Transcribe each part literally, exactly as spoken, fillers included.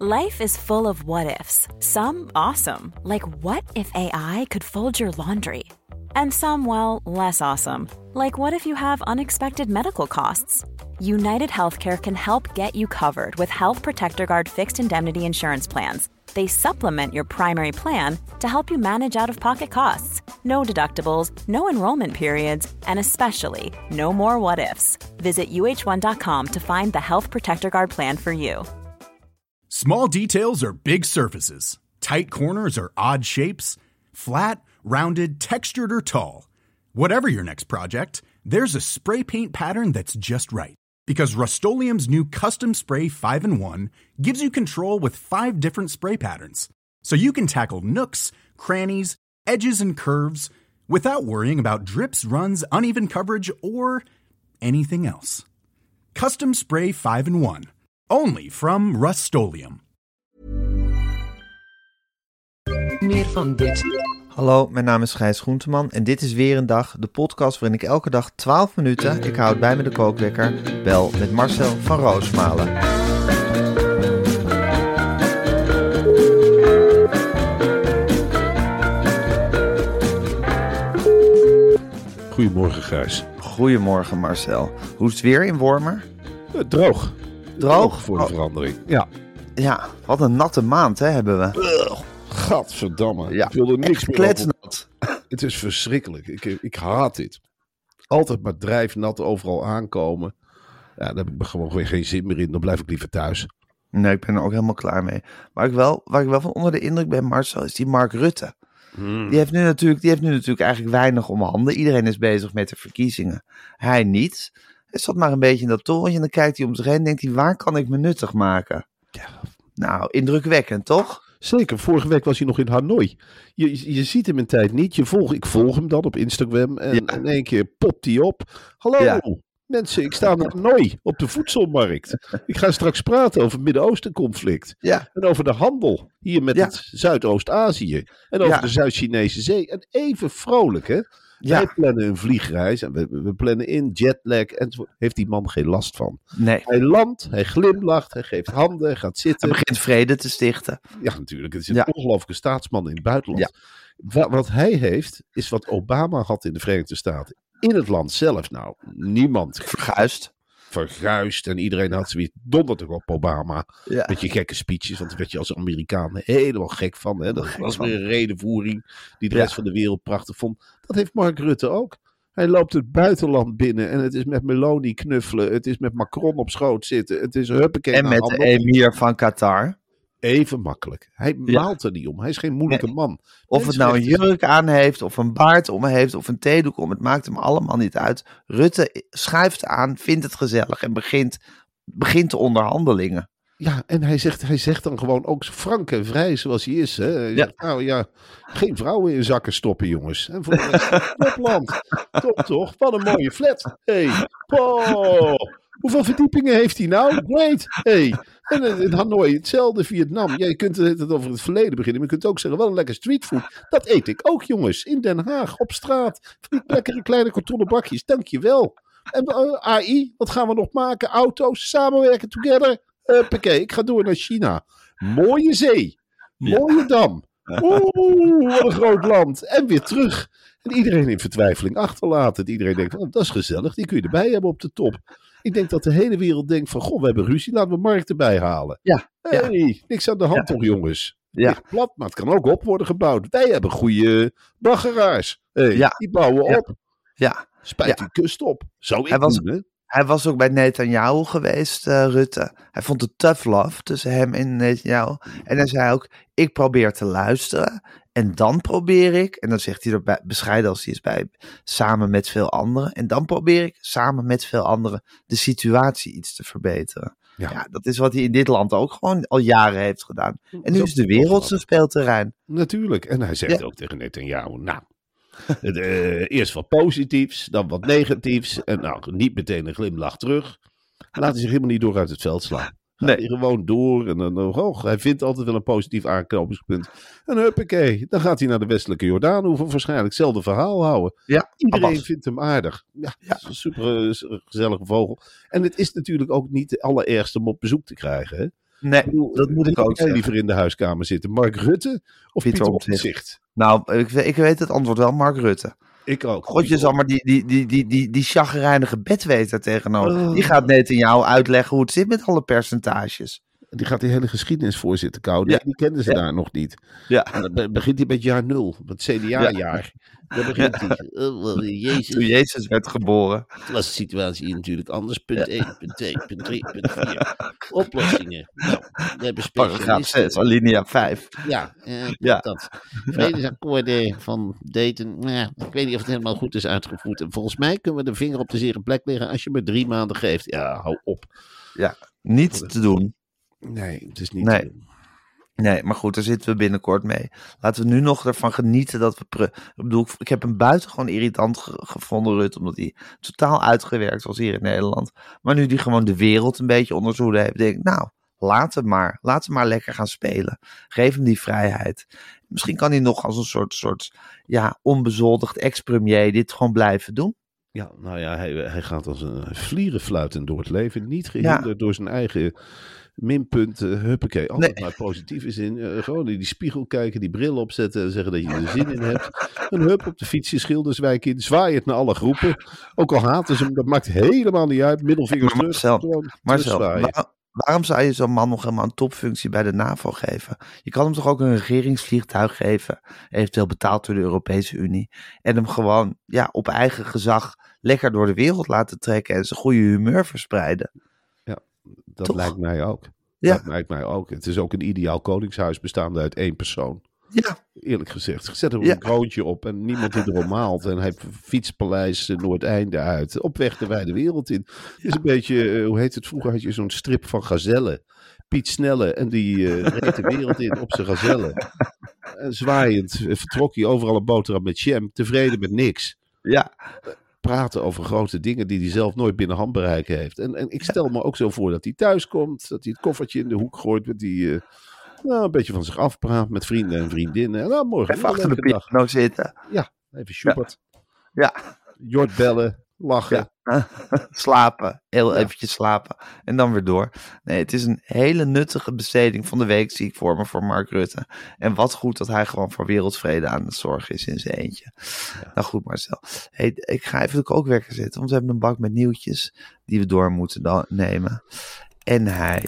Life is full of what-ifs. Some awesome, like what if A I could fold your laundry? And some, well, less awesome, like what if you have unexpected medical costs? United Healthcare can help get you covered with Health Protector Guard fixed indemnity insurance plans. They supplement your primary plan to help you manage out-of-pocket costs. No deductibles, no enrollment periods, and especially no more what-ifs. Visit U H one dot com to find the Health Protector Guard plan for you. Small details are big surfaces. Tight corners are odd shapes. Flat, rounded, textured, or tall. Whatever your next project, there's a spray paint pattern that's just right. Because Rust-Oleum's new Custom Spray five in one gives you control with five different spray patterns. So you can tackle nooks, crannies, edges, and curves without worrying about drips, runs, uneven coverage, or anything else. Custom Spray five in one. Only from Rust-Oleum. Meer van dit. Hallo, mijn naam is Gijs Groenteman en dit is weer een dag, de podcast waarin ik elke dag twaalf minuten, ik houd bij me de kookwekker, bel met Marcel van Roosmalen. Goedemorgen, Gijs. Goedemorgen, Marcel. Hoe is het weer in Wormer? Uh, droog. Droog? Droog voor de Oh. verandering. Ja. Ja, wat een natte maand hè, hebben we. Ugh, gadverdamme. Ja, ik wil er niks echt meer over. kletsnat. Het is verschrikkelijk. Ik, ik haat dit. Altijd maar drijfnat overal aankomen. Ja, daar heb ik gewoon weer geen zin meer in. Dan blijf ik liever thuis. Nee, ik ben er ook helemaal klaar mee. Waar ik wel, waar ik wel van onder de indruk ben, Marcel, is die Mark Rutte. Hmm. Die heeft nu natuurlijk, die heeft nu natuurlijk eigenlijk weinig om handen. Iedereen is bezig met de verkiezingen. Hij niet. Hij zat maar een beetje in dat torentje en dan kijkt hij om zich heen en denkt hij, waar kan ik me nuttig maken? Ja. Nou, indrukwekkend, toch? Zeker, vorige week was hij nog in Hanoi. Je, je, je ziet hem een tijd niet. Je volg, ik volg hem dan op Instagram. En Ja. in één keer popt hij op. Hallo, Ja. mensen, ik sta in Hanoi op de voedselmarkt. Ik ga straks praten over het Midden-Oosten conflict. Ja. En over de handel hier met Ja. het Zuidoost-Azië. En over Ja. de Zuid-Chinese Zee. En even vrolijk, hè? Ja. Wij plannen een vliegreis en we, we plannen in jetlag. En heeft die man geen last van. Nee. Hij landt, hij glimlacht, hij geeft handen, hij gaat Hij zitten. begint vrede te stichten. Ja, natuurlijk. Het is een Ja. ongelooflijke staatsman in het buitenland. Ja. Wa- wat hij heeft, is wat Obama had in de Verenigde Staten. In het land zelf, nou, niemand Verguisd. verguisd. En iedereen had zoiets, donderd toch op Obama. Ja. Met je gekke speeches, want daar werd je als Amerikaan helemaal gek van. Hè? Dat Gek was van. weer een redenvoering die de Ja. rest van de wereld prachtig vond. Dat heeft Mark Rutte ook. Hij loopt het buitenland binnen en het is met Meloni knuffelen. Het is met Macron op schoot zitten. Het is huppakee. En naar met de Hanoi. emir van Qatar. Even makkelijk. Hij Ja. maalt er niet om. Hij is geen moeilijke Nee. man. Of het nou een Mensenrechten- jurk aan heeft, of een baard om heeft, of een theedoek om. Het maakt hem allemaal niet uit. Rutte schuift aan, vindt het gezellig en begint, begint de onderhandelingen. Ja, en hij zegt, hij zegt dan gewoon ook zo frank en vrij zoals hij is. Hè? Hij Ja. zegt, nou ja, geen vrouwen in zakken stoppen, jongens. En voor de rest, topland. Top toch? Wat een mooie flat. Hey. Oh. Hoeveel verdiepingen heeft hij nou? Great. Hey. En in in Hanoi hetzelfde, Vietnam. Ja, je kunt het over het verleden beginnen, maar je kunt ook zeggen, wel een lekker streetfood. Dat eet ik ook, jongens. In Den Haag, op straat. Van die lekkere kleine kartonnen bakjes. Dankjewel. En uh, A I, wat gaan we nog maken? Auto's, samenwerken, together. Huppakee, ik ga door naar China. Mooie zee. Mooie dam. Oeh, wat een groot land. En weer terug. En iedereen in vertwijfeling achterlaten. Iedereen denkt, oh, dat is gezellig. Die kun je erbij hebben op de top. Ik denk dat de hele wereld denkt van, goh, we hebben ruzie. Laten we Mark erbij halen. Ja, ja. Hey, niks aan de hand Ja. toch, jongens. Ja. Ligt plat, maar het kan ook op worden gebouwd. Wij hebben goede baggeraars. Hey, Ja. Die bouwen Ja. op. Ja. Spuit Ja. die kust op. Zou ik Hij was- doen, hè? Hij was ook bij Netanyahu geweest, uh, Rutte. Hij vond het tough love tussen hem en Netanyahu. En hij zei ook, ik probeer te luisteren. En dan probeer ik, en dan zegt hij er bescheiden als hij is bij, samen met veel anderen. En dan probeer ik samen met veel anderen de situatie iets te verbeteren. Ja. Ja, dat is wat hij in dit land ook gewoon al jaren heeft gedaan. En nu Zo- is de wereld zijn speelterrein. Natuurlijk. En hij zegt Ja. ook tegen Netanyahu, nou, het, eh, eerst wat positiefs, dan wat negatiefs. En nou, niet meteen een glimlach terug. Laat hij zich helemaal niet door uit het veld slaan. Gaat Nee. hij gewoon door. En dan, oh, hij vindt altijd wel een positief aanknopingspunt. En huppakee, dan gaat hij naar de westelijke Jordaan. Hoeven waarschijnlijk hetzelfde verhaal houden. Ja, Iedereen Abbas. vindt hem aardig. Ja, Ja. het is een super eh, gezellige vogel. En het is natuurlijk ook niet de allerergste om op bezoek te krijgen. Hè? Nee, Ik bedoel, dat moet ik wie ook jij zeggen. liever in de huiskamer zitten? Mark Rutte of Pieter Pieter Omtzigt. Omtzigt? Nou, ik, ik weet het antwoord wel, Mark Rutte. Ik ook. Godje zal maar die, die, die, die, die, die chagrijnige bedweter tegenover. Oh. Die gaat net in jou uitleggen hoe het zit met alle percentages. Die gaat die hele geschiedenis voor zitten kouwen. Nee, Ja. die kenden ze Ja. daar nog niet. Ja, En dan be- begint hij met jaar nul, met het C D A-jaar. Dan begint hij. Oh, wel, toen Jezus, Jezus werd geboren. was de situatie hier natuurlijk anders. Punt één, punt twee, punt drie, punt vier. Oplossingen. Nou, we hebben Paragraaf specialisten. zes, alinea vijf. Ja, eh, Ja. dat. Vredesakkoorden van Dayton. Nou ja, ik weet niet of het helemaal goed is uitgevoerd. En volgens mij kunnen we de vinger op de zere plek leggen als je me drie maanden geeft. Ja, hou op. Ja, niet te doen. Nee, het is niet Nee. te doen. Nee, maar goed, daar zitten we binnenkort mee. Laten we nu nog ervan genieten dat we... Pre- ik bedoel, ik heb hem buitengewoon irritant ge- gevonden, Rutte, omdat hij totaal uitgewerkt was hier in Nederland. Maar nu die gewoon de wereld een beetje onder zijn hoede heeft, denk ik, nou, laat hem maar. Laat hem maar lekker gaan spelen. Geef hem die vrijheid. Misschien kan hij nog als een soort, soort ja, onbezoldigd ex-premier dit gewoon blijven doen. Ja, nou ja, hij, hij gaat als een vlierenfluitend door het leven. Niet gehinderd Ja. door zijn eigen minpunten. Huppakee, altijd Nee. maar positief is in. Uh, gewoon in die spiegel kijken, die bril opzetten en zeggen dat je er zin in hebt. Een hup op de fietsje, Schilderswijk in. Zwaai het naar alle groepen. Ook al haten ze hem, dat maakt helemaal niet uit. Middelvingers Maar terug. Marcel, gewoon Marcel, terugzwaaien. waar- waarom zou je zo'n man nog helemaal een topfunctie bij de NAVO geven? Je kan hem toch ook een regeringsvliegtuig geven, eventueel betaald door de Europese Unie, en hem gewoon ja, op eigen gezag lekker door de wereld laten trekken en zijn goede humeur verspreiden. Dat toch? lijkt mij ook. Ja. Dat lijkt mij ook. Het is ook een ideaal koningshuis bestaande uit één persoon. Ja, Eerlijk gezegd. Zet er Ja. een kroontje op en niemand die erom maalt. En hij fietspaleis eh, Noordeinde uit. Op weg de wijde wereld in. Het is een beetje, eh, hoe heet het? Vroeger had je zo'n strip van gazellen. Piet Snelle en die eh, reed de wereld in op zijn gazellen. En zwaaiend eh, vertrok hij overal een boterham met jam. Tevreden met niks. ja, Praten over grote dingen die hij zelf nooit binnen handbereik heeft. En, en ik stel me ook zo voor dat hij thuis komt. Dat hij het koffertje in de hoek gooit. Met die, eh, nou, een beetje van zich afpraat met vrienden en vriendinnen. En nou, morgen even weer een achter de leuke dag. piano zitten. Even Schubert. Ja, Jort bellen. Lachen. ja. slapen, heel Ja. eventjes slapen en dan weer door. Nee, het is een hele nuttige besteding van de week, zie ik voor me, voor Mark Rutte. En wat goed dat hij gewoon voor wereldvrede aan het zorgen is in zijn eentje. Nou goed, Marcel. Hey, ik ga even de kookwekker zetten, want we hebben een bak met nieuwtjes die we door moeten dan nemen. En hij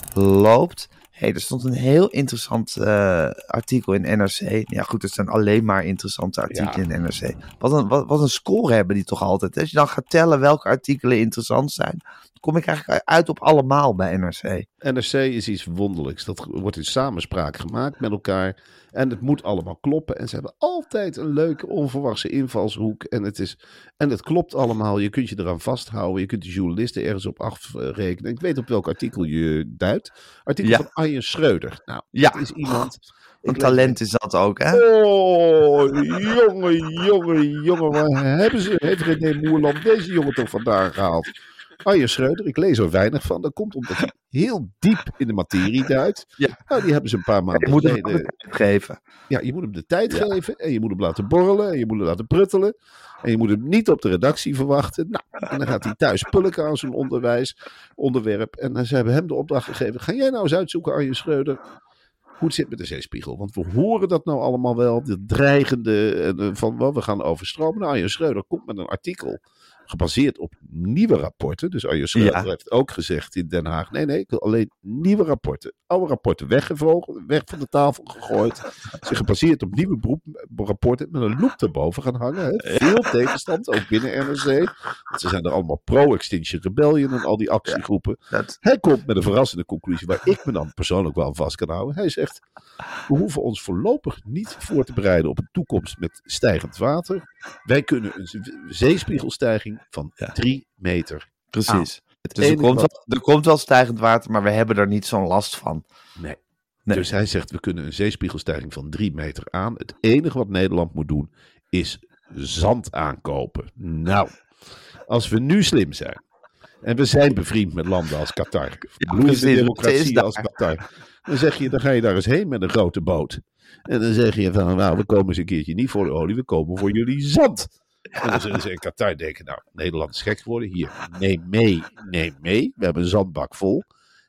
loopt. Hey, er stond een heel interessant eh, artikel in N R C. Ja goed, er staan alleen maar interessante artikelen Ja. in N R C. Wat een, wat, wat een score hebben die toch altijd. Als je dan gaat tellen welke artikelen interessant zijn, dan kom ik eigenlijk uit op allemaal bij N R C. N R C is iets wonderlijks. Dat wordt in samenspraak gemaakt met elkaar. En het moet allemaal kloppen. En ze hebben altijd een leuke, onverwachte invalshoek. En het, is, en het klopt allemaal. Je kunt je eraan vasthouden. Je kunt de journalisten ergens op afrekenen. Ik weet op welk artikel je duidt. Artikel Ja. van Arjen Schreuder. Nou, Ja. dat is iemand... Een ik talent is dat ook, hè? Oh, jongen, jongen, jongen. Waar hebben ze, heeft René Moerland deze jongen toch vandaan gehaald? Arjen Schreuder, ik lees er weinig van. Dat komt omdat hij heel diep in de materie duikt. Ja. Nou, die hebben ze een paar Je maanden moet hem geleden... de tijd geven. Ja, je moet hem de tijd Ja. geven. En je moet hem laten borrelen. En je moet hem laten pruttelen. En je moet hem niet op de redactie verwachten. Nou, en dan gaat hij thuis pulken aan zijn onderwijs, onderwerp. En dan ze hebben hem de opdracht gegeven. Ga jij nou eens uitzoeken, Arjen Schreuder, hoe het zit met de zeespiegel. Want we horen dat nou allemaal wel. De dreigende eh, van well, we gaan overstromen. Nou, Arjen Schreuder komt met een artikel gebaseerd op nieuwe rapporten. Dus Arjen Schreuder Ja. heeft ook gezegd in Den Haag, nee, nee, ik wil alleen nieuwe rapporten. Oude rapporten weggevlogen, weg van de tafel gegooid. Ze gebaseerd op nieuwe beroep- rapporten met een loep erboven gaan hangen. Hè. Veel tegenstand, ook binnen N R C. Want ze zijn er allemaal pro-Extinction Rebellion en al die actiegroepen. Dat, Hij komt met een verrassende conclusie waar ik me dan persoonlijk wel aan vast kan houden. Hij zegt, we hoeven ons voorlopig niet voor te bereiden op een toekomst met stijgend water. Wij kunnen een z- zeespiegelstijging van Ja. drie meter. precies. Het Dus er enige komt, wat- wel, er komt wel stijgend water, maar we hebben er niet zo'n last van. Nee. Nee. Dus hij zegt, we kunnen een zeespiegelstijging van drie meter aan. Het enige wat Nederland moet doen, is zand aankopen. Nou, als we nu slim zijn, en we zijn bevriend met landen als Qatar, bloeiende precies, het is democratie daar. als Qatar, dan zeg je, dan ga je daar eens heen met een grote boot. En dan zeg je van, nou, we komen eens een keertje niet voor de olie, we komen voor jullie zand. En dan zullen ze in Qatar denken, nou, Nederland is gek geworden. Hier, neem mee, neem mee. We hebben een zandbak vol.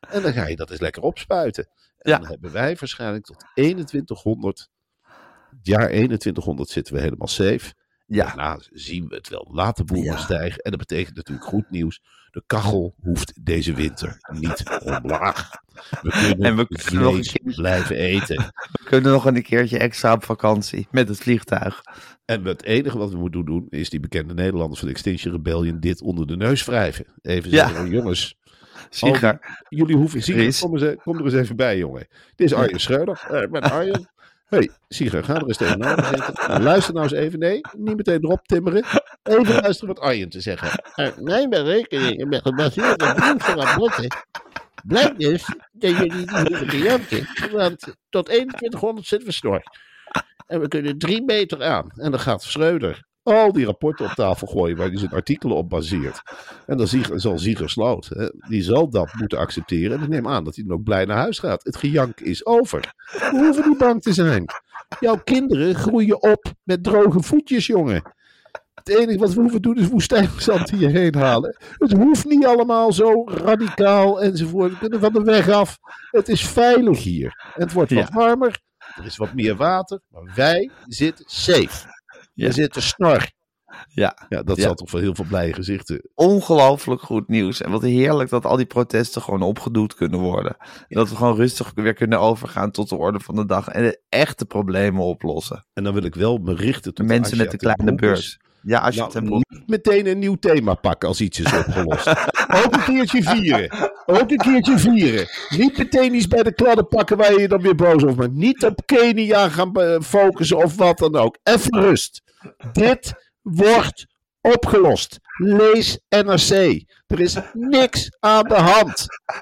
En dan ga je dat eens lekker opspuiten. En Ja. dan hebben wij waarschijnlijk tot eenentwintighonderd, het jaar eenentwintighonderd zitten we helemaal safe. Ja, Daarna zien we het wel. Laat de boel Ja. maar stijgen. En dat betekent natuurlijk goed nieuws. De kachel hoeft deze winter niet omlaag. We kunnen, En we kunnen nog een vlees keer- blijven eten. we kunnen nog een keertje extra op vakantie met het vliegtuig. En het enige wat we moeten doen, is die bekende Nederlanders van Extinction Rebellion dit onder de neus wrijven. Even Ja. zeggen, oh, jongens, Sigar. jullie hoeven... Sieger, Chris. kom, eens, kom er eens even bij, jongen. Dit is Arjen Schreuder. Eh, ik ben Arjen. Hey, Sieger, ga er eens tegenover zitten. Luister nou eens even. Nee, niet meteen erop timmeren. Even luisteren wat Arjen te zeggen. Uit mijn berekeningen met gebaseerd op nieuwste rapporten blijkt dus dat jullie niet hoeven te janken, want tot eenentwintighonderd zitten we snor. En we kunnen drie meter aan. En dan gaat Schreuder al die rapporten op tafel gooien waar hij zijn artikelen op baseert. En dan zie- zal Sieger Sloot, hè, die zal dat moeten accepteren. En ik neem aan dat hij dan ook blij naar huis gaat. Het gejank is over. We hoeven niet bang te zijn. Jouw kinderen groeien op met droge voetjes, jongen. Het enige wat we hoeven doen is woestijnzand hierheen halen. Het hoeft niet allemaal zo radicaal enzovoort. We kunnen van de weg af. Het is veilig hier. En het wordt wat Ja. warmer. Er is wat meer water. Maar wij zitten safe. We Ja. zitten snor. Ja, Ja, dat Ja. zal toch voor heel veel blije gezichten. ongelooflijk goed nieuws. En wat heerlijk dat al die protesten gewoon opgedoet kunnen worden. Dat we gewoon rustig weer kunnen overgaan tot de orde van de dag. En de echte problemen oplossen. En dan wil ik wel me richten De tot mensen met de Asja ten kleine Broekes. beurs. Ja, als je Nou, het hem niet meteen een nieuw thema pakken als iets is opgelost. Ook een keertje vieren. Ook een keertje vieren. Niet meteen iets bij de kladden pakken waar je je dan weer boos over maakt. Niet op Kenia gaan eh, focussen of wat dan ook. Even rust. Dit wordt opgelost. Lees N R C. Er is niks aan de hand.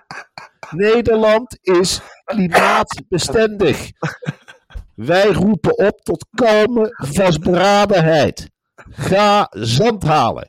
Nederland is klimaatbestendig. Wij roepen op tot kalme vastberadenheid. Ga zand halen.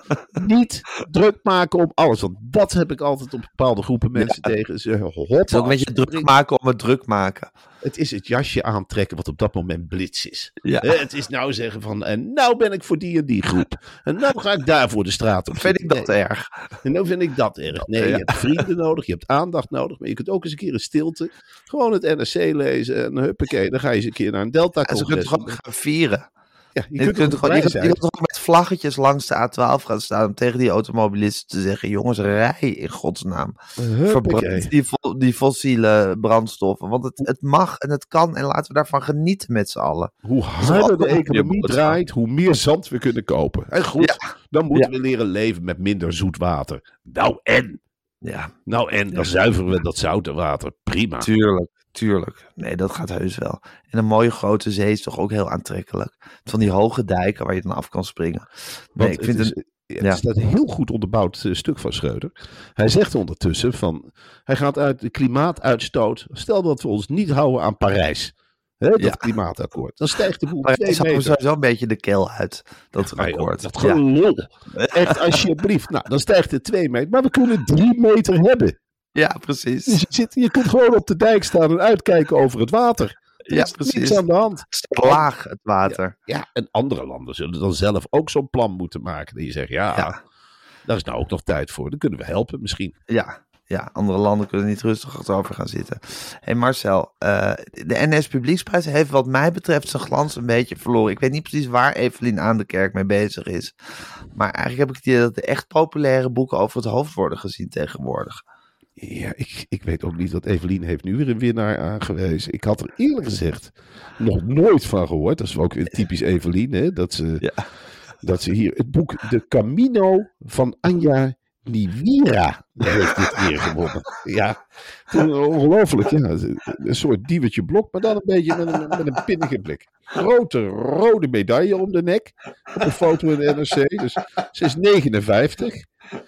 Niet druk maken om alles. Want dat heb ik altijd op bepaalde groepen mensen tegen. Ze Het is ook een beetje druk maken om het druk maken. Het is het jasje aantrekken wat op dat moment blitz is. Ja. Eh, Het is nou zeggen van, en nou ben ik voor die en die groep. En nou ga ik daar voor de straat op Vind zitten. ik dat Nee. erg? En nou vind ik dat erg. Nee, je Ja. hebt vrienden nodig, je hebt aandacht nodig. Maar je kunt ook eens een keer in stilte gewoon het N R C lezen. En huppakee, dan ga je eens een keer naar een En ze Delta-congres. kunnen toch ook gaan vieren? Ja, je Je kunt, kunt, er gewoon, blij je, kunt, je zijn. kunt toch ook met vlaggetjes langs de A twaalf gaan staan om tegen die automobilisten te zeggen: jongens, rij in godsnaam. Huppakee. Verbrand die, fo- die fossiele brandstoffen. Want het, het mag en het kan en laten we daarvan genieten met z'n allen. Hoe is harder ook de een goede economie boodschap. draait, hoe meer zand we kunnen kopen. En goed, dan moeten Ja. we leren leven met minder zoet water. Nou en? Ja, Nou en, dan zuiveren we dat zoute water. Prima. tuurlijk. Tuurlijk. Nee, dat gaat heus wel. En een mooie grote zee is toch ook heel aantrekkelijk. Van die hoge dijken waar je dan af kan springen. Nee, Want ik vind het, het... is, ja, ja. het staat een heel goed onderbouwd eh, stuk van Schreuder. Hij zegt ondertussen van, hij gaat uit de klimaatuitstoot. Stel dat we ons niet houden aan Parijs. Hè, dat Ja. klimaatakkoord. Dan stijgt de boel Maar twee het zag er meter. sowieso een beetje de keel uit. Dat Ah, joh, akkoord. dat Ja. gelul. Echt, alsjeblieft. Nou, dan stijgt het twee meter. Maar we kunnen drie meter hebben. Ja, precies. Dus je, zit, je kunt gewoon op de dijk staan en uitkijken over het water. Er Ja, is niks precies. aan de hand. Het staat laag, het water. Ja, en andere landen zullen dan zelf ook zo'n plan moeten maken. Dat je zegt, ja, Ja. daar is nou ook nog tijd voor. Dan kunnen we helpen misschien. Ja, ja, andere landen kunnen niet rustig achterover gaan zitten. Hé hey Marcel, eh, de N S Publieksprijs heeft wat mij betreft zijn glans een beetje verloren. Ik weet niet precies waar Evelien aan de Kerk mee bezig is. Maar eigenlijk heb ik het idee dat de echt populaire boeken over het hoofd worden gezien tegenwoordig. Ja, ik, ik weet ook niet, wat Evelien heeft nu weer een winnaar aangewezen. Ik had er eerlijk gezegd nog nooit van gehoord. Dat is ook weer typisch Evelien, hè? Dat ze, Ja. dat ze hier het boek De Camino van Anja Niwira heeft dit weer gewonnen. Ja, ongelooflijk. Ja. Een soort diewertje blok, maar dan een beetje met een, met een pinnige blik. Grote rode medaille om de nek. Op een foto in de N R C. Dus ze is negenenvijftig.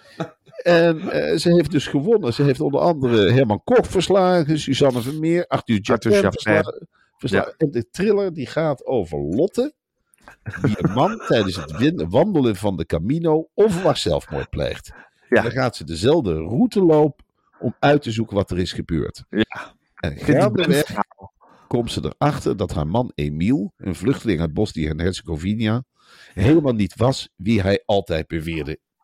En uh, ze heeft dus gewonnen. Ze heeft onder andere Herman Koch verslagen, Suzanne Vermeer, Arthur Arthur Japin Japin. verslagen. verslagen. En de thriller die gaat over Lotte, die een man tijdens het win- wandelen van de Camino onverwacht zelfmoord pleegt. Ja. En dan gaat ze dezelfde route lopen om uit te zoeken wat er is gebeurd. Ja. En Ik vind het een gaandeweg verhaal. komt ze erachter dat haar man Emiel, een vluchteling uit Bosnië en Herzegovina, helemaal niet was wie hij altijd beweerde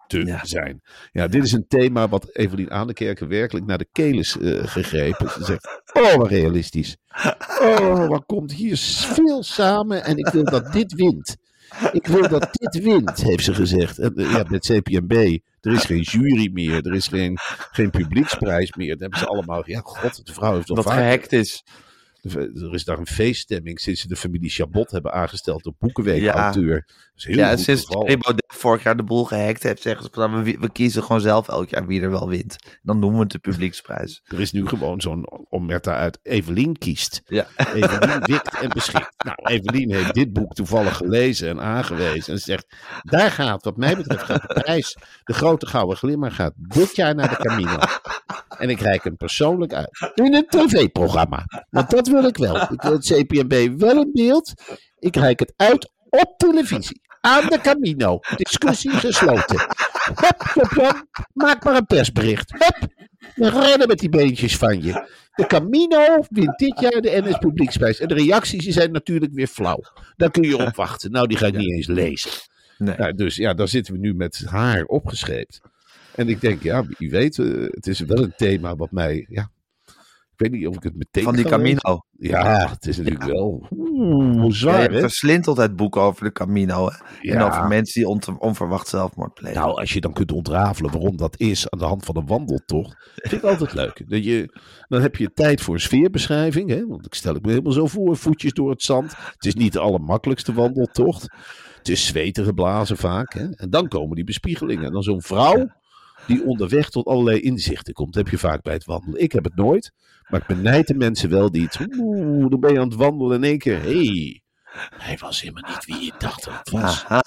te Ja. zijn. Ja, dit is een thema wat Evelien Aandekerke werkelijk naar de keel is uh, gegrepen. Ze zegt, oh, wat realistisch. Oh, wat komt hier veel samen en ik wil dat dit wint. Ik wil dat dit wint, heeft ze gezegd. En, uh, ja, met C P M B, er is geen jury meer, er is geen, geen publieksprijs meer. Dat hebben ze allemaal, ja, god, de vrouw heeft al Dat vaak... gehackt is. Er is daar een feeststemming sinds ze de familie Chabot hebben aangesteld door Ja. Boekenweek-auteur. Dat is heel Ja, goed en sinds geval. Thierry Baudet vorig jaar de boel gehackt heeft, zeggen ze van, we, we kiezen gewoon zelf elk jaar wie er wel wint. Dan noemen we het de publieksprijs. Er is nu gewoon zo'n omerta uit Evelien kiest. Ja. Evelien wikt en beschikt. Nou, Evelien heeft dit boek toevallig gelezen en aangewezen. En ze zegt, daar gaat, wat mij betreft, gaat de prijs, de grote gouden glimmer, gaat dit jaar naar de Camino. En ik reik hem persoonlijk uit. In een tv-programma. Want dat wil ik wel. Ik wil het C P M B wel in beeld. Ik reik het uit op televisie. Aan de Camino. Discussie gesloten. Hup, Job Jan, maak maar een persbericht. Hup, we rennen met die beentjes van je. De Camino wint dit jaar de N S Publieksprijs. En de reacties die zijn natuurlijk weer flauw. Daar kun je op wachten. Nou, die ga ik niet eens lezen. Nee. Nou, dus ja, daar zitten we nu met haar opgescheept. En ik denk, ja, wie weet, uh, het is wel een thema wat mij, ja, ik weet niet of ik het meteen Van die ga lezen. Camino. Ja, het is natuurlijk wel oeh, Ja, je zwaar, hebt hè? verslindt altijd boeken over de Camino. Hè? En Ja. over mensen die on- onverwacht zelfmoord plegen. Nou, als je dan kunt ontrafelen waarom dat is aan de hand van een wandeltocht, vind ik altijd leuk. Dat je, dan heb je tijd voor een sfeerbeschrijving, hè? Want ik stel ik me helemaal zo voor, voetjes door het zand. Het is niet de allermakkelijkste wandeltocht. Het is zweten geblazen vaak, hè? En dan komen die bespiegelingen. En dan zo'n vrouw die onderweg tot allerlei inzichten komt. Dat heb je vaak bij het wandelen. Ik heb het nooit. Maar ik benijd de mensen wel die het... Oeh, dan ben je aan het wandelen in één keer. Hé, hey, hij was helemaal niet wie je dacht dat het was. Aha.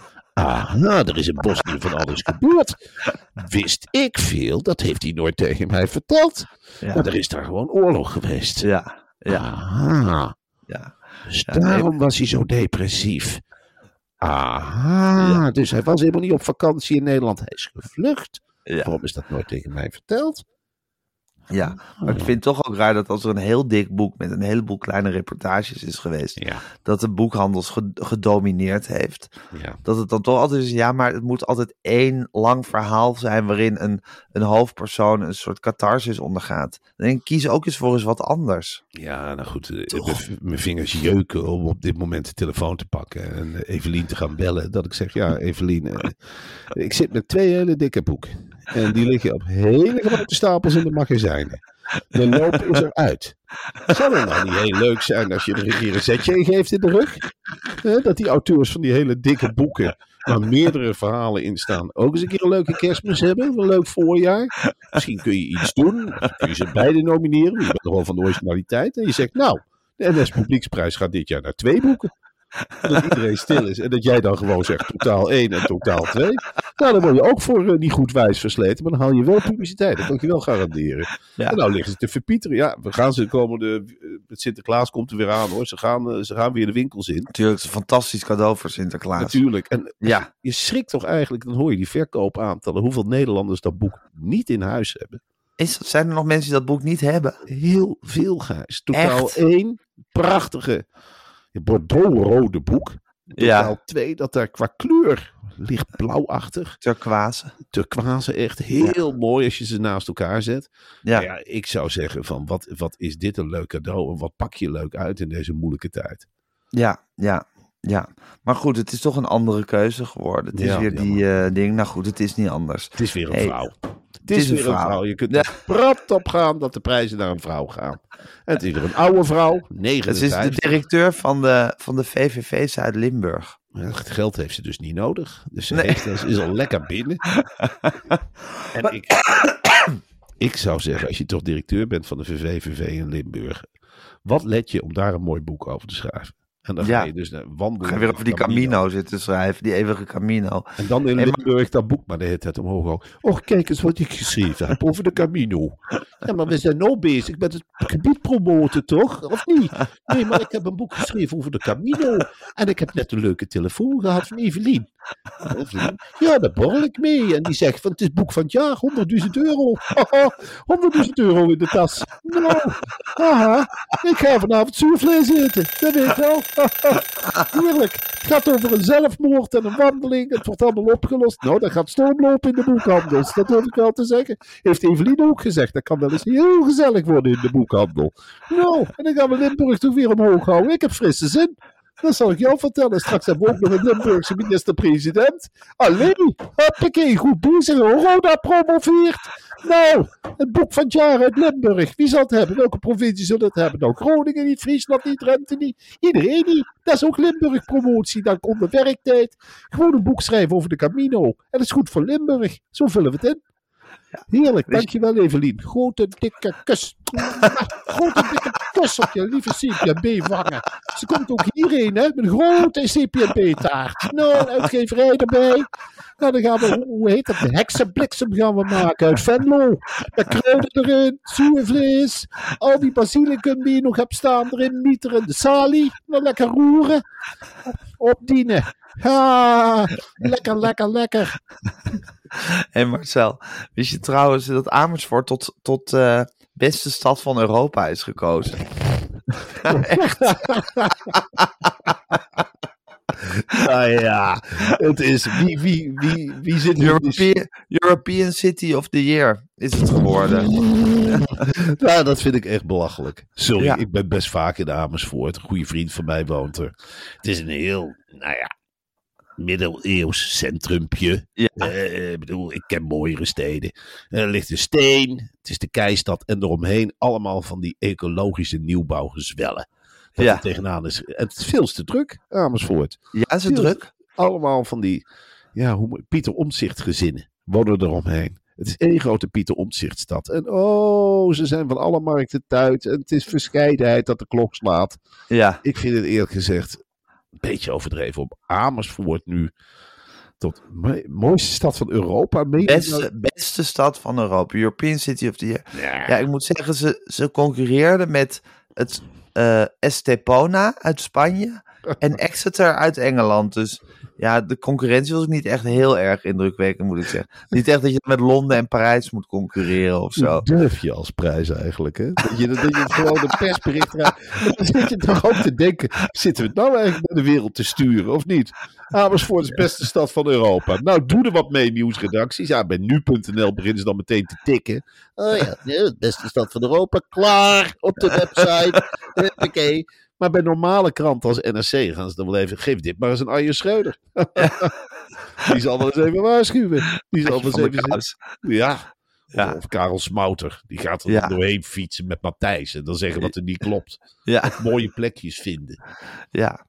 Aha, er is in Bosnië van alles gebeurd. Wist ik veel? Dat heeft hij nooit tegen mij verteld. Ja. Maar er is daar gewoon oorlog geweest. Ja, ja, Aha, ja. dus Ja, daarom was hij zo depressief. Aha, Ja. dus hij was helemaal niet op vakantie in Nederland. Hij is gevlucht. Ja. Waarom is dat nooit tegen mij verteld? Ja, maar ik vind het toch ook raar dat als er een heel dik boek met een heleboel kleine reportages is geweest, Ja, dat de boekhandels ge- gedomineerd heeft. ja. Dat het dan toch altijd is, ja, maar het moet altijd één lang verhaal zijn waarin een, een hoofdpersoon een soort catharsis ondergaat. Dan denk ik, kies ook eens voor eens wat anders. Ja, nou goed, eh, mijn- mijn vingers jeuken om op dit moment de telefoon te pakken en eh, Evelien te gaan bellen. Dat ik zeg, ja Evelien, eh, ik zit met twee hele dikke boeken. En die liggen op hele grote stapels in de magazijnen. De loop is eruit. Zou het nou niet heel leuk zijn als je er een keer een zetje in geeft in de rug? Eh, dat die auteurs van die hele dikke boeken, waar meerdere verhalen in staan, ook eens een keer een leuke kerstmis hebben. Een leuk voorjaar. Misschien kun je iets doen. Kun je ze beide nomineren. Je bent gewoon van de originaliteit. En je zegt, nou, de N S Publieksprijs gaat dit jaar naar twee boeken. Dat iedereen stil is. En dat jij dan gewoon zegt totaal één en totaal twee. Nou, dan word je ook voor uh, niet goed wijs versleten. Maar dan haal je wel publiciteit. Dat kan ik je wel garanderen. Ja. En nou liggen ze te verpieteren. Ja, we gaan ze komende... Uh, met Sinterklaas komt er weer aan hoor. Ze gaan, uh, ze gaan weer de winkels in. Natuurlijk, het is een fantastisch cadeau voor Sinterklaas. Natuurlijk. En Ja, je schrikt toch eigenlijk... Dan hoor je die verkoopaantallen. Hoeveel Nederlanders dat boek niet in huis hebben. is, zijn er nog mensen die dat boek niet hebben? Heel veel, Gijs. Totaal Echt? één prachtige Bordeaux-rode boek. Totaal Ja. twee dat daar qua kleur licht blauwachtig. Turquoise. Turquoise echt heel mooi als je ze naast elkaar zet. Ja. Ja, ik zou zeggen van wat, wat is dit een leuk cadeau en wat pak je leuk uit in deze moeilijke tijd. Ja, ja, ja. Maar goed, het is toch een andere keuze geworden. Het is Ja, weer die eh, ding. Nou goed, het is niet anders. Het is weer een Hey, vrouw. Het is, is een weer een vrouw. vrouw. Je kunt Ja. er prat op gaan dat de prijzen naar een vrouw gaan. En het is weer een oude vrouw, Het is de negenenvijftig. directeur van de, van de V V V Zuid-Limburg. Ja, het geld heeft ze dus niet nodig. Dus ze Nee. heeft, ze is al lekker binnen. En ik, ik zou zeggen, als je toch directeur bent van de V V V in Limburg. Wat let je om daar een mooi boek over te schrijven? En dan Ja. ga je dus naar wandelen. Ga je weer over die Camino zitten schrijven, die eeuwige Camino. En dan in Hey, maar- Limburg dat boek maar de hele tijd omhoog houden. Och, kijk eens wat ik geschreven heb over de Camino. Ja, maar we zijn nou bezig met het gebied promoten, toch? Of niet? Nee, maar ik heb een boek geschreven over de Camino. En ik heb net een leuke telefoon gehad van Evelien. Evelien, ja, daar borrel ik mee. En die zegt van, het is boek van het jaar, honderdduizend euro. Haha, honderdduizend euro in de tas. Nou, haha, ik ga vanavond zuurvlees eten. Dat weet ik wel. Heerlijk. Het gaat over een zelfmoord en een wandeling. Het wordt allemaal opgelost. Nou, dat gaat stoomlopen in de boekhandels. Dat hoef ik wel te zeggen. Heeft Evelien ook gezegd. Dat kan wel eens heel gezellig worden in de boekhandel. Nou, en dan gaan we Limburg toch weer omhoog houden. Ik heb frisse zin. Dat zal ik jou vertellen. Straks hebben we ook nog een Limburgse minister-president. Allee, hoppakee, goed bezig. Roda promoveert. Nou, het boek van het jaar uit Limburg. Wie zal het hebben? Welke provincie zal het hebben? Nou, Groningen niet, Friesland niet, Drenthe niet. Iedereen niet. Dat is ook Limburg-promotie. Dan komt de werktijd. Gewoon een boek schrijven over de Camino. En dat is goed voor Limburg. Zo vullen we het in. Heerlijk, dankjewel Evelien. Grote dikke kus. Grote dikke kus op je lieve C P M B-wangen. Ze komt ook hierheen, hè, met een grote C P M B-taart. Nou, een uitgeverij erbij. Nou, dan gaan we, hoe heet dat? De heksenbliksem gaan we maken uit Venlo. Met kruiden erin, soervlees, al die basilicum die je nog hebt staan erin, mieteren, de salie. Nou, lekker roeren. Opdienen. Ah, lekker, lekker, lekker. En Marcel, wist je trouwens dat Amersfoort tot, tot uh, beste stad van Europa is gekozen? Echt? Nou ja, het is, wie, wie, wie, wie zit hier? European, European City of the Year is het geworden. Nou, dat vind ik echt belachelijk. Sorry, Ja. ik ben best vaak in Amersfoort. Een goede vriend van mij woont er. Het is een heel, nou ja, middeleeuws centrumpje. Ja. Eh, ik bedoel, ik ken mooiere steden. Er ligt een steen, het is de keistad en eromheen allemaal van die ecologische nieuwbouwgezwellen. Dat Ja. er tegenaan is. En het is veel te druk, Amersfoort. Ja, is het Veel- druk? Allemaal van die, ja, hoe, moet- Pieter Omtzigt gezinnen wonen eromheen. Het is één grote Pieter Omtzigt-stad. En oh, ze zijn van alle markten thuis. En het is verscheidenheid dat de klok slaat. Ja. Ik vind het eerlijk gezegd een beetje overdreven om Amersfoort nu tot mo- mooiste stad van Europa. mee- Beste, beste stad van Europa. European City of the Year. Ja. Ja, ik moet zeggen, ze, ze concurreerden met het eh, Estepona uit Spanje en Exeter uit Engeland. Dus ja, de concurrentie was ook niet echt heel erg indrukwekkend, moet ik zeggen. Niet echt dat je met Londen en Parijs moet concurreren of zo. Hoe durf je als prijs eigenlijk, hè? Dat je, dat je het gewoon de persbericht raakt. Dan zit je toch ook te denken, zitten we het nou eigenlijk bij de wereld te sturen, of niet? Amersfoort is de beste stad van Europa. Nou, doe er wat mee, nieuwsredacties. Ja, bij nu punt n l beginnen ze dan meteen te tikken. Oh ja, de beste stad van Europa. Klaar, op de website. Oké. Maar bij normale kranten als N R C gaan ze dan wel even, geef dit maar eens een Arjen Schreuder. Die zal wel eens even waarschuwen. Die zal wel eens Van de even Kruis. ja. Ja. Of Karel Smouter. Die gaat er Ja. dan doorheen fietsen met Matthijs. En dan zeggen wat er niet klopt. Ja, Mooie plekjes vinden. ja.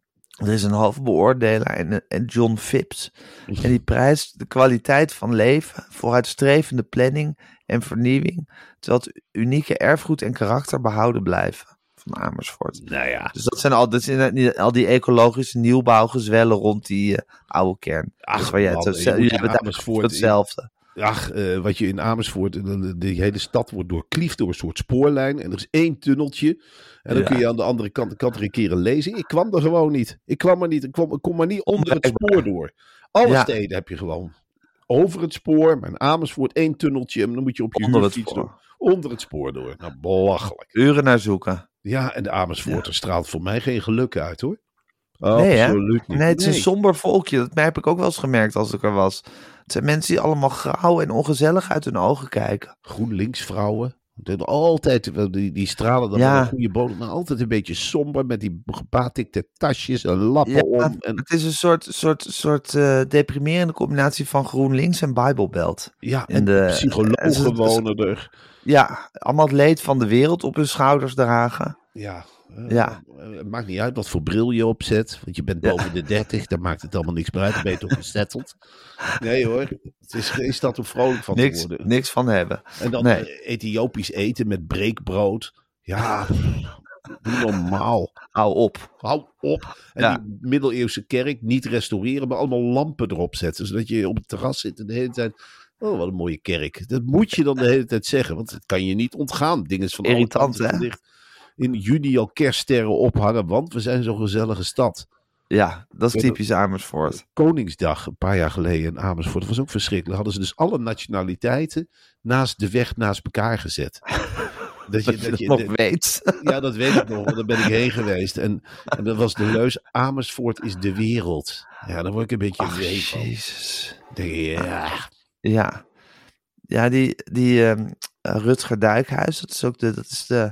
Er is een hoofdbeoordelaar en, en John Phipps. En die prijst de kwaliteit van leven, vooruitstrevende planning en vernieuwing, terwijl het unieke erfgoed en karakter behouden blijven van Amersfoort. Nou ja. Dus dat zijn al, dat zijn niet al die ecologische nieuwbouwgezwellen rond die uh, oude kern. Ach, dus waar jij man, het, je zo- moet jullie in hebben het Amersfoort eigenlijk hetzelfde. Ach, eh, wat je in Amersfoort, de, de hele stad wordt doorkliefd door een soort spoorlijn. En er is één tunneltje. En dan Ja. kun je aan de andere kant, kant er een keer een lezen. Ik kwam er gewoon niet. Ik kwam er niet. Ik, kwam, ik kom maar niet onder het spoor door. Alle Ja. steden heb je gewoon over het spoor. Maar in Amersfoort één tunneltje. En dan moet je op je Onder het huurfiets spoor. door. Onder het spoor door. Nou, belachelijk. Uren naar zoeken. Ja, en de Amersfoorter straalt voor mij geen geluk uit, hoor. Nee, hè? Absoluut niet. Nee, het is een somber volkje. Dat heb ik ook wel eens gemerkt als ik er was. Het zijn mensen die allemaal grauw en ongezellig uit hun ogen kijken. GroenLinks vrouwen. Die hebben altijd, die, die stralen dan Ja. met een goede bodem, maar altijd een beetje somber met die gebatikte tasjes en lappen Ja, om. En, Het is een soort, soort, soort eh, deprimerende combinatie van GroenLinks en Bijbelbelt. ja, en en de- de en psychologen ze- wonen er. Ja, allemaal het leed van de wereld op hun schouders dragen. Ja, eh, Ja. eh, het maakt niet uit wat voor bril je opzet, want je bent Ja. boven de dertig, daar maakt het allemaal niks meer uit, dan ben je toch gezetteld. Nee hoor, het is geen stad om vrolijk van Niks, te worden. niks van hebben. En dan Nee. eh, Ethiopisch eten met breekbrood. Ja, doe normaal. Hou op. Hou op. En Ja. die middeleeuwse kerk niet restaureren, maar allemaal lampen erop zetten. Zodat je op het terras zit en de hele tijd... Oh, wat een mooie kerk. Dat moet je dan de hele tijd zeggen, want het kan je niet ontgaan. Dingen is van alle Irritant, kanten hè? gelicht. In juni al kerststerren ophangen, want we zijn zo'n gezellige stad. Ja, dat is Ja, typisch Amersfoort. Koningsdag, een paar jaar geleden in Amersfoort, dat was ook verschrikkelijk. Hadden ze dus alle nationaliteiten naast de weg naast elkaar gezet. Dat je, Dat je dat je, het nog dat- weet. Ja, dat weet ik nog, want daar ben ik heen geweest. En, en dat was de leus, Amersfoort is de wereld. Ja, daar word ik een beetje Ach, wee van. jezus. Dan denk je, ja, Ja, ja die, die ehm, eh, Rutger Dijkhuis, dat is ook de, dat is de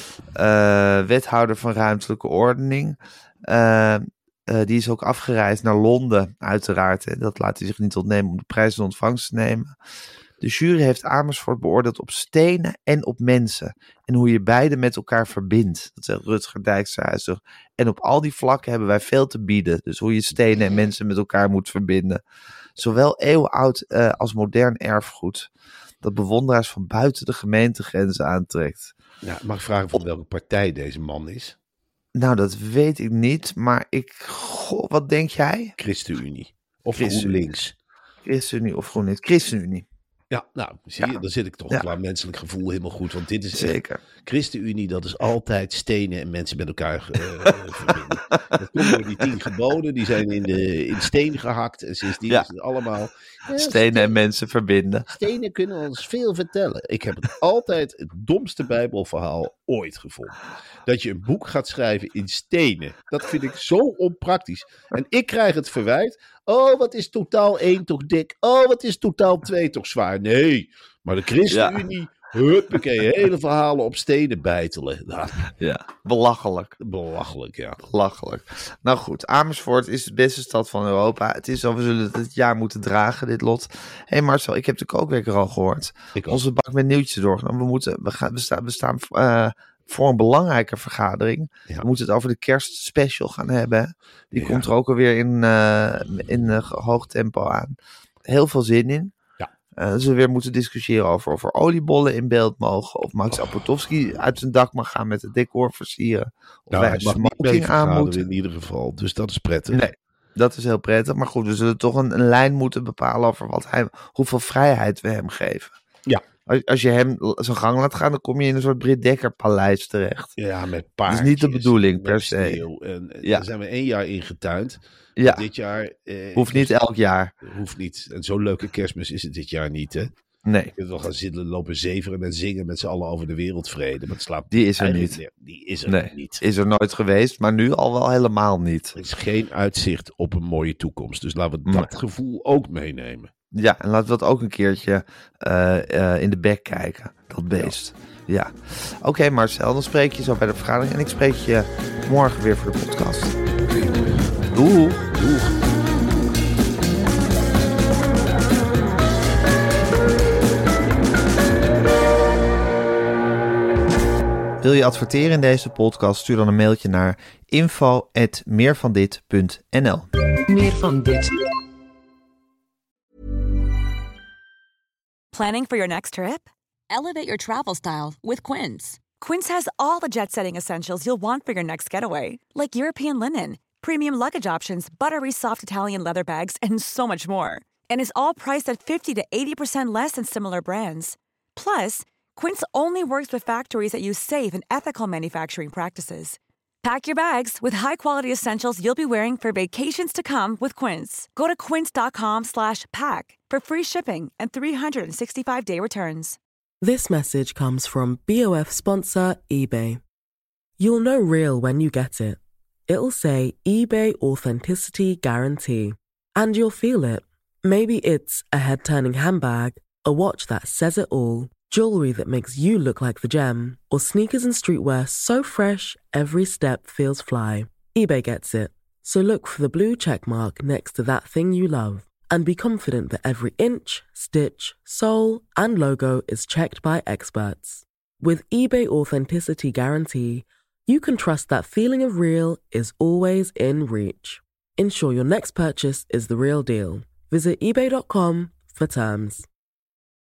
eh, wethouder van ruimtelijke ordening. Eh, eh, die is ook afgereisd naar Londen, uiteraard. Hè. Dat laat hij zich niet ontnemen om de prijs in ontvangst te nemen. De jury heeft Amersfoort beoordeeld op stenen en op mensen. En hoe je beide met elkaar verbindt. Dat zegt Rutger Dijkhuis. En op al die vlakken hebben wij veel te bieden. Dus hoe je stenen en mensen met elkaar moet verbinden. Zowel eeuwenoud uh, als modern erfgoed. Dat bewonderaars van buiten de gemeentegrenzen aantrekt. ja, mag ik vragen van welke partij deze man is? Nou, dat weet ik niet. Maar ik... Goh, wat denk jij? ChristenUnie. Of ChristenUnie. GroenLinks. ChristenUnie of GroenLinks? ChristenUnie. Ja, nou, zie je, Ja. dan zit ik toch Ja. qua menselijk gevoel helemaal goed. Want dit is echt- Zeker. ChristenUnie, dat is altijd stenen en mensen met elkaar eh, verbinden. Dat komt door die tien geboden, die zijn in, de, in steen gehakt. En sindsdien Ja. is het allemaal... Ja, Stenen en mensen verbinden. Stenen kunnen ons veel vertellen. Ik heb het altijd het domste Bijbelverhaal ooit gevonden. Dat je een boek gaat schrijven in stenen. Dat vind ik zo onpraktisch. En ik krijg het verwijt. Oh, wat is totaal één toch dik? Oh, wat is totaal twee toch zwaar? Nee, maar de ChristenUnie... Huppakee, hele verhalen op stenen bijtelen. Nou, Ja, belachelijk. belachelijk, ja. Belachelijk. Nou goed, Amersfoort is de beste stad van Europa. Het is zo, we zullen het dit jaar moeten dragen, dit lot. Hé hey Marcel, ik heb de kookwekker al gehoord. Ik ook. Onze bak met nieuwtjes doorgenomen. We, moeten, we, gaan, we, staan, we staan uh, voor een belangrijke vergadering. Ja. We moeten het over de kerstspecial gaan hebben. Hè? Die Ja. komt er ook alweer in, uh, in uh, hoog tempo aan. Heel veel zin in. Uh, dus we weer moeten discussiëren over of er oliebollen in beeld mogen. Of Max Apotowski uit zijn dak mag gaan met het decor versieren. Of Nou, wij het een mag niet mee smoking aan vergaderen moeten. in ieder geval. Dus dat is prettig. Nee, dat is heel prettig. Maar goed, we zullen toch een, een lijn moeten bepalen over wat hij, hoeveel vrijheid we hem geven. Ja. Als, als je hem zijn gang laat gaan, dan kom je in een soort Britt Dekker paleis terecht. Ja, met Dat paardjes. is niet de bedoeling per met se. sneeuw. En, en Ja. Daar zijn we één jaar in getuind. Ja, Dit jaar... Eh, hoeft niet elk jaar. Hoeft niet. En zo'n leuke kerstmis is het dit jaar niet, hè? Nee, Je kunt wel gaan zitten, lopen zeveren en zingen met z'n allen over de wereldvrede. Maar het slaat die is er eigenlijk niet. neer. Die is er Nee, niet. is er nooit geweest, maar nu al wel helemaal niet. Er is geen uitzicht op een mooie toekomst. Dus laten we Nee. dat gevoel ook meenemen. Ja, en laten we dat ook een keertje uh, uh, in de bek kijken, dat beest. Ja. Oké okay, Marcel, dan spreek je zo bij de vergadering en ik spreek je morgen weer voor de podcast. Doei. Doeg. Wil je adverteren in deze podcast? Stuur dan een mailtje naar info at meervandit punt n l. Meer van dit. Planning for your next trip? Elevate your travel style with Quince. Quince has all the jet-setting essentials you'll want for your next getaway, like European linen, premium luggage options, buttery soft Italian leather bags, and so much more. And is all priced at fifty to eighty percent less than similar brands. Plus, Quince only works with factories that use safe and ethical manufacturing practices. Pack your bags with high-quality essentials you'll be wearing for vacations to come with Quince. Go to quince.com slash pack for free shipping and three sixty-five day returns. This message comes from B O F sponsor eBay. You'll know real when you get it. It'll say eBay Authenticity Guarantee. And you'll feel it. Maybe it's a head-turning handbag, a watch that says it all, jewelry that makes you look like the gem, or sneakers and streetwear so fresh every step feels fly. eBay gets it. So look for the blue check mark next to that thing you love. And be confident that every inch, stitch, sole, and logo is checked by experts. With eBay Authenticity Guarantee, you can trust that feeling of real is always in reach. Ensure your next purchase is the real deal. Visit ebay dot com for terms.